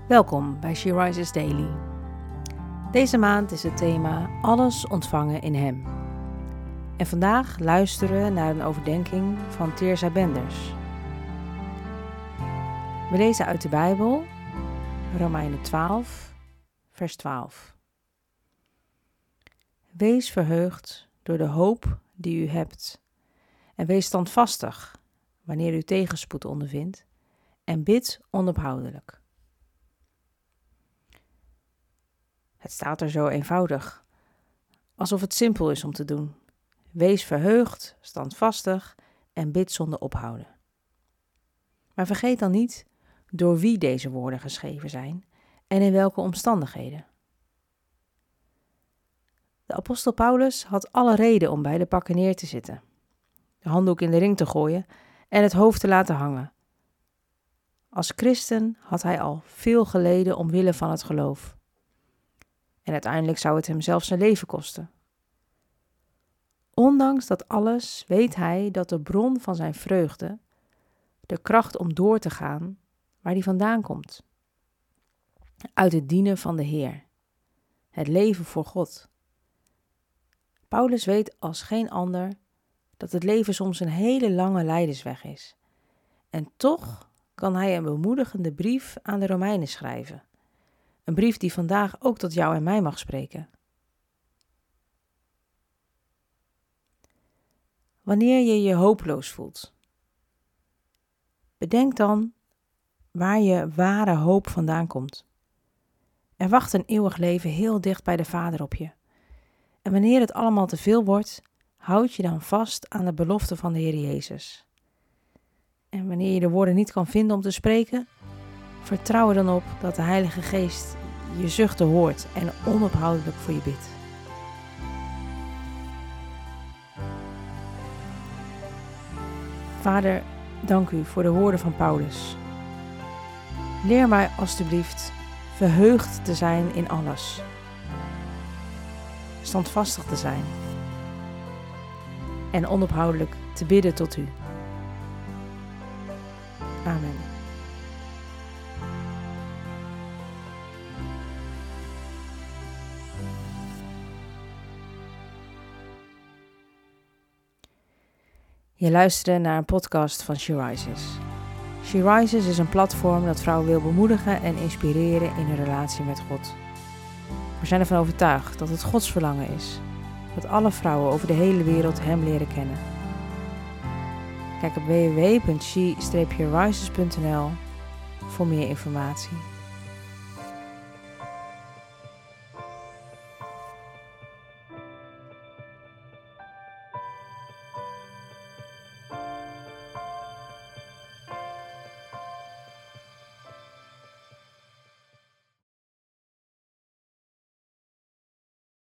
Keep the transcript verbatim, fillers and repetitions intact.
Welkom bij She Rises Daily. Deze maand is het thema Alles ontvangen in Hem. En vandaag luisteren we naar een overdenking van Teersa Benders. We lezen uit de Bijbel, Romeinen twaalf, vers twaalf. Wees verheugd door de hoop die u hebt en wees standvastig wanneer u tegenspoed ondervindt en bid onophoudelijk. Het staat er zo eenvoudig, alsof het simpel is om te doen. Wees verheugd, standvastig en bid zonder ophouden. Maar vergeet dan niet door wie deze woorden geschreven zijn en in welke omstandigheden. De apostel Paulus had alle reden om bij de pakken neer te zitten, de handdoek in de ring te gooien en het hoofd te laten hangen. Als christen had hij al veel geleden omwille van het geloof. En uiteindelijk zou het hem zelfs zijn leven kosten. Ondanks dat alles weet hij dat de bron van zijn vreugde, de kracht om door te gaan, waar die vandaan komt. Uit het dienen van de Heer. Het leven voor God. Paulus weet als geen ander dat het leven soms een hele lange lijdensweg is. En toch kan hij een bemoedigende brief aan de Romeinen schrijven. Een brief die vandaag ook tot jou en mij mag spreken. Wanneer je je hopeloos voelt, bedenk dan waar je ware hoop vandaan komt. Er wacht een eeuwig leven heel dicht bij de Vader op je. En wanneer het allemaal te veel wordt, houd je dan vast aan de belofte van de Heer Jezus. En wanneer je de woorden niet kan vinden om te spreken, vertrouw er dan op dat de Heilige Geest je zuchten hoort en onophoudelijk voor je bidt. Vader, dank u voor de woorden van Paulus. Leer mij alstublieft verheugd te zijn in alles. Standvastig te zijn. En onophoudelijk te bidden tot u. Amen. Je luisterde naar een podcast van She Rises. She Rises is een platform dat vrouwen wil bemoedigen en inspireren in hun relatie met God. We zijn ervan overtuigd dat het Gods verlangen is dat alle vrouwen over de hele wereld Hem leren kennen. Kijk op w w w punt she rises punt n l voor meer informatie.